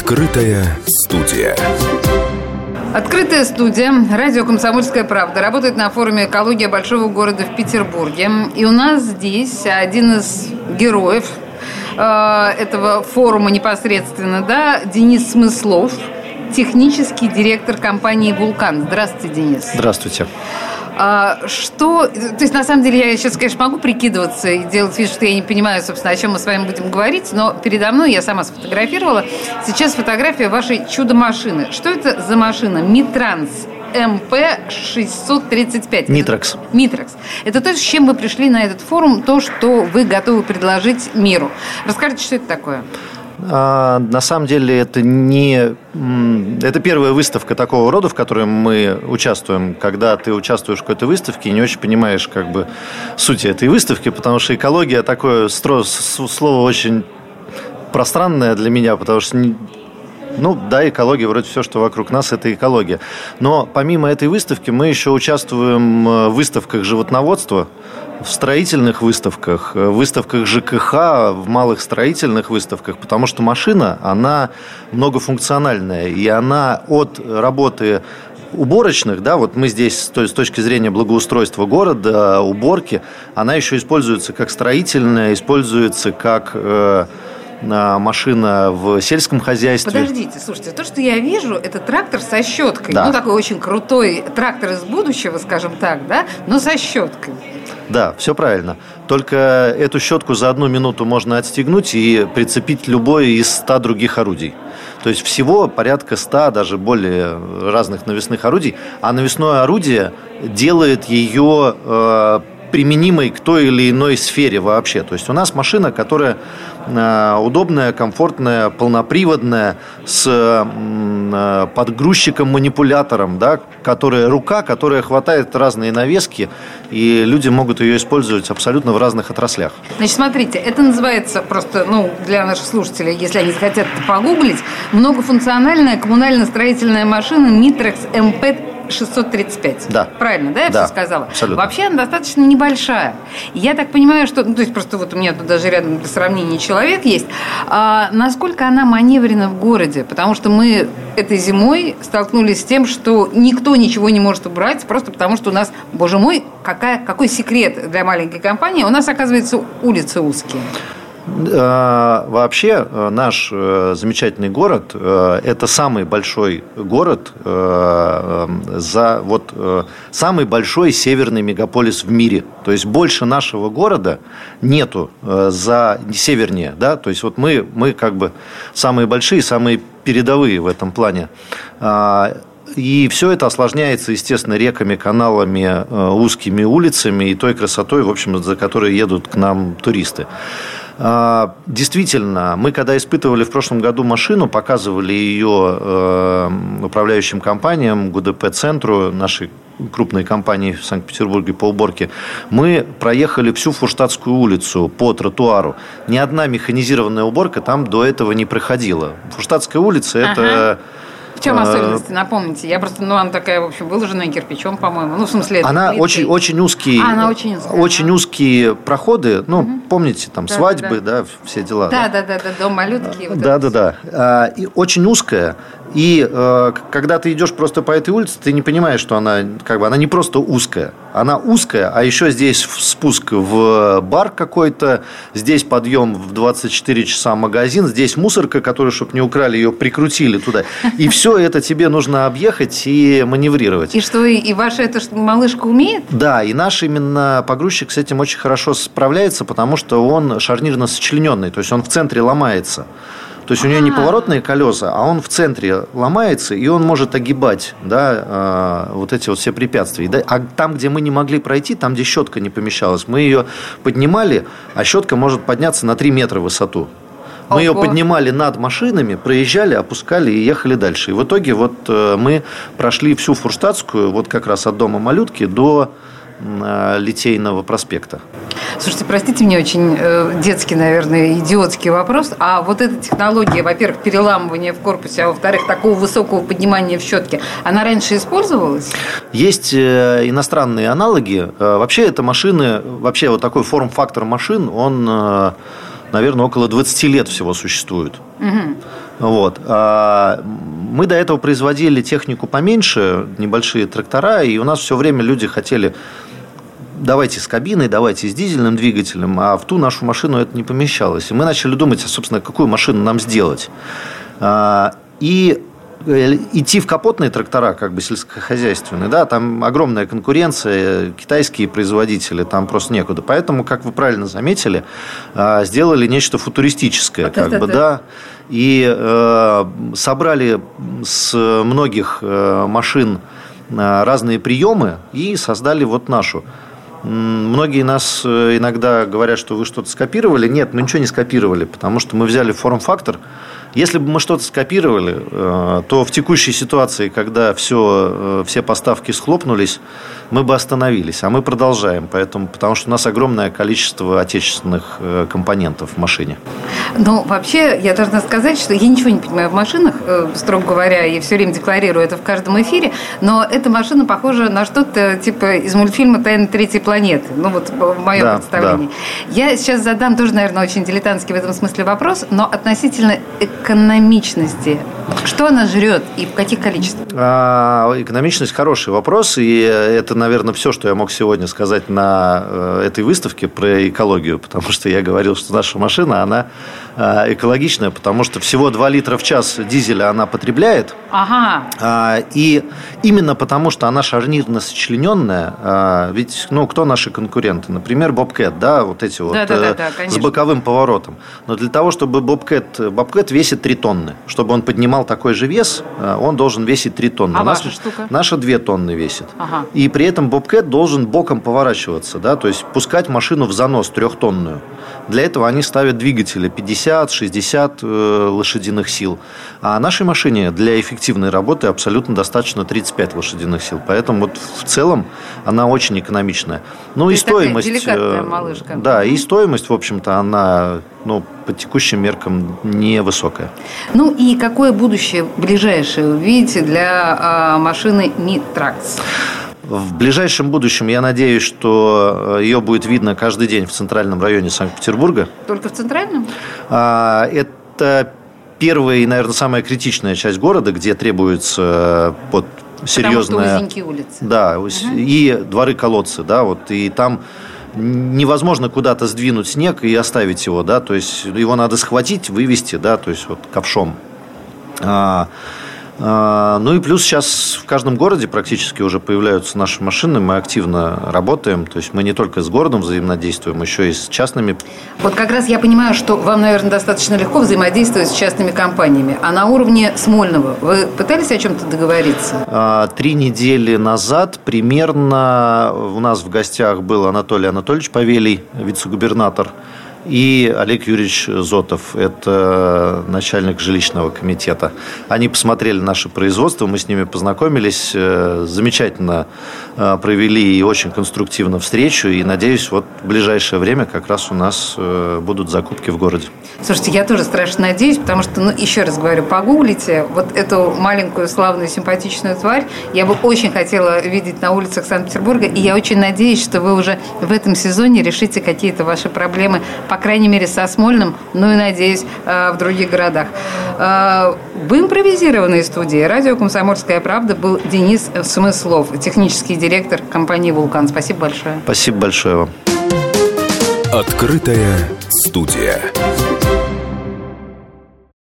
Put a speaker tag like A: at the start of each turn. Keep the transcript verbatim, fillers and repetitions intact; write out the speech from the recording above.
A: Открытая студия.
B: Открытая студия. Радио «Комсомольская правда» работает на форуме «Экология большого города» в Петербурге. И у нас здесь один из героев э, этого форума непосредственно, да, Денис Смыслов, технический директор компании «Вулкан». Здравствуйте, Денис.
C: Здравствуйте.
B: А, что, то есть, на самом деле, я сейчас, конечно, могу прикидываться и делать вид, что я не понимаю, собственно, о чем мы с вами будем говорить, но передо мной я сама сфотографировала. Сейчас фотография вашей чудо-машины. Что это за машина? Митранс эм пэ шестьсот тридцать пять.
C: Митракс.
B: Митракс. Это то, с чем вы пришли на этот форум, то, что вы готовы предложить миру. Расскажите, что это такое?
C: А, на самом деле это не... Это первая выставка такого рода, в которой мы участвуем. Когда ты участвуешь в какой-то выставке и не очень понимаешь как бы суть этой выставки, потому что экология такое слово очень пространное для меня, потому что... Ну, да, экология, вроде все, что вокруг нас, это экология. Но помимо этой выставки мы еще участвуем в выставках животноводства, в строительных выставках, в выставках ЖКХ, в малых строительных выставках, потому что машина, она многофункциональная, и она от работы уборочных, да, вот мы здесь то есть, с точки зрения благоустройства города, уборки, она еще используется как строительная, используется как... Э, машина в сельском хозяйстве.
B: Подождите, слушайте, то, что я вижу, это трактор со щеткой.
C: Да.
B: Ну, такой очень крутой трактор из будущего, скажем так, да, но со щеткой.
C: Да, все правильно. Только эту щетку за одну минуту можно отстегнуть и прицепить любое из ста других орудий. То есть всего порядка ста, даже более разных навесных орудий. А навесное орудие делает ее э, применимой к той или иной сфере вообще. То есть у нас машина, которая удобная, комфортная, полноприводная, с подгрузчиком-манипулятором, да, которая рука, которая хватает разные навески, и люди могут ее использовать абсолютно в разных отраслях.
B: Значит, смотрите, это называется просто, ну, для наших слушателей, если они хотят это погуглить, многофункциональная коммунально-строительная машина Митракс эм пэ шестьсот тридцать пять.
C: Да.
B: Правильно, да, я
C: да,
B: все сказала?
C: Абсолютно.
B: Вообще она достаточно небольшая. И я так понимаю, что... Ну, то есть просто вот у меня тут даже рядом для сравнения человек есть. А насколько она маневрена в городе? Потому что мы этой зимой столкнулись с тем, что никто ничего не может убрать, просто потому что у нас, боже мой, какая, какой секрет для маленькой компании, у нас, оказывается, улицы узкие.
C: Вообще наш замечательный город – это самый большой город, за, вот, самый большой северный мегаполис в мире. То есть больше нашего города нету за севернее. Да? То есть вот мы, мы как бы самые большие, самые передовые в этом плане. И все это осложняется, естественно, реками, каналами, узкими улицами и той красотой, в общем, за которой едут к нам туристы. Действительно, мы когда испытывали в прошлом году машину, показывали ее управляющим компаниям, ГУДП-центру, нашей крупной компании в Санкт-Петербурге по уборке, мы проехали всю Фурштадтскую улицу по тротуару. Ни одна механизированная уборка там до этого не проходила. Фурштадтская улица – это...
B: Ага. В чем особенности? Напомните. Я просто, ну, она такая, в общем, выложенная кирпичом, по-моему. Ну, в смысле,
C: она очень, очень узкие,
B: а, она очень узкая,
C: очень
B: ага.
C: узкие проходы. Ну, угу. Помните, там, да, свадьбы, да. да, все дела.
B: Да, да, да, да, дом малютки. Вот
C: да, да, да, да. И очень узкая. И э, когда ты идешь просто по этой улице, ты не понимаешь, что она, как бы, она не просто узкая. Она узкая, а еще здесь спуск в бар какой-то, здесь подъем в двадцать четыре часа магазин, здесь мусорка, которую, чтобы не украли, ее прикрутили туда. И все это тебе нужно объехать и маневрировать.
B: И что, и ваша эта малышка умеет?
C: Да, и наш именно погрузчик с этим очень хорошо справляется, потому что он шарнирно сочлененный, то есть он в центре ломается. То есть у нее не поворотные колеса, а он в центре ломается, и он может огибать, да, вот эти вот все препятствия. А там, где мы не могли пройти, там, где щетка не помещалась, мы ее поднимали, а щетка может подняться на три метра в высоту. Мы Ого. ее поднимали над машинами, проезжали, опускали и ехали дальше. И в итоге вот мы прошли всю Фурштадтскую, вот как раз от дома малютки до Литейного проспекта.
B: Слушайте, простите мне очень э, детский, наверное, идиотский вопрос. А вот эта технология, во-первых, переламывания в корпусе, а во-вторых, такого высокого поднимания в щетке, она раньше использовалась?
C: Есть э, иностранные аналоги. Э, вообще, это машины, вообще вот такой форм-фактор машин, он, э, наверное, около двадцать лет всего существует. Угу. Вот. Мы до этого производили технику поменьше, небольшие трактора, и у нас все время люди хотели: давайте с кабиной, давайте с дизельным двигателем, а в ту нашу машину это не помещалось. И мы начали думать, собственно, какую машину нам сделать. И идти в капотные трактора, как бы сельскохозяйственные, да, там огромная конкуренция, китайские производители, там просто некуда. Поэтому, как вы правильно заметили, сделали нечто футуристическое, вот как бы, да. да, и э, собрали с многих машин разные приемы и создали вот нашу. Многие нас иногда говорят, что вы что-то скопировали. Нет, мы ничего не скопировали, потому что мы взяли форм-фактор. Если бы мы что-то скопировали, то в текущей ситуации, когда все, все поставки схлопнулись, мы бы остановились, а мы продолжаем, поэтому, потому что у нас огромное количество отечественных компонентов в машине.
B: Ну, вообще, я должна сказать, что я ничего не понимаю в машинах, строго говоря, и все время декларирую это в каждом эфире, но эта машина похожа на что-то типа из мультфильма «Тайны третьей планеты», ну вот в моем да, представлении. Да. Я сейчас задам тоже, наверное, очень дилетантский в этом смысле вопрос, но относительно экономичности. Что она жрет и в каких количествах?
C: А, экономичность – хороший вопрос, и это, наверное, все, что я мог сегодня сказать на этой выставке про экологию, потому что я говорил, что наша машина, она экологичная, потому что всего два литра в час дизеля она потребляет. Ага. И именно потому, что она шарнирно сочлененная, ведь, ну, кто наши конкуренты? Например, Bobcat, да, вот эти вот да, да, да, да, с боковым поворотом. Но для того, чтобы Bobcat, Bobcat весит три тонны, чтобы он поднимал такой же вес, он должен весить три тонны.
B: А
C: наша
B: ваша штука?
C: Наша две тонны весит.
B: Ага.
C: И при этом Bobcat должен боком поворачиваться, да, то есть пускать машину в занос трехтонную. Для этого они ставят двигатели пятьдесят-шестьдесят э, лошадиных сил. А нашей машине для эффективной работы абсолютно достаточно тридцать пять лошадиных сил. Поэтому вот в целом она очень экономичная. Ну
B: то
C: и стоимость.
B: Деликатная малышка.
C: Да, и стоимость, в общем-то, она, ну, по текущим меркам невысокая.
B: Ну и какое будущее ближайшее вы видите для э, машины Nitrax?
C: В ближайшем будущем я надеюсь, что ее будет видно каждый день в центральном районе Санкт-Петербурга.
B: Только в центральном?
C: Это первая и, наверное, самая критичная часть города, где требуется под серьезная...
B: Потому что узенькие улицы.
C: Да, угу. И дворы-колодцы, да, вот, и там невозможно куда-то сдвинуть снег и оставить его, да, то есть его надо схватить, вывести, да, то есть вот ковшом. Ну и плюс сейчас в каждом городе практически уже появляются наши машины, мы активно работаем, то есть мы не только с городом взаимодействуем, еще и с частными.
B: Вот как раз я понимаю, что вам, наверное, достаточно легко взаимодействовать с частными компаниями, а на уровне Смольного вы пытались о чем-то договориться?
C: Три недели назад примерно у нас в гостях был Анатолий Анатольевич Павелий, вице-губернатор, и Олег Юрьевич Зотов, это начальник жилищного комитета. Они посмотрели наше производство, мы с ними познакомились, замечательно провели и очень конструктивно встречу, и, надеюсь, вот в ближайшее время как раз у нас будут закупки в городе.
B: Слушайте, я тоже страшно надеюсь, потому что, ну, еще раз говорю, погуглите вот эту маленькую, славную, симпатичную тварь. Я бы очень хотела видеть на улицах Санкт-Петербурга, и я очень надеюсь, что вы уже в этом сезоне решите какие-то ваши проблемы, по крайней мере, со Смольным, ну и, надеюсь, в других городах. В импровизированной студии радио «Комсомольская правда» был Денис Смыслов, технический директор компании «Вулкан». Спасибо большое.
C: Спасибо большое вам.
A: Открытая студия.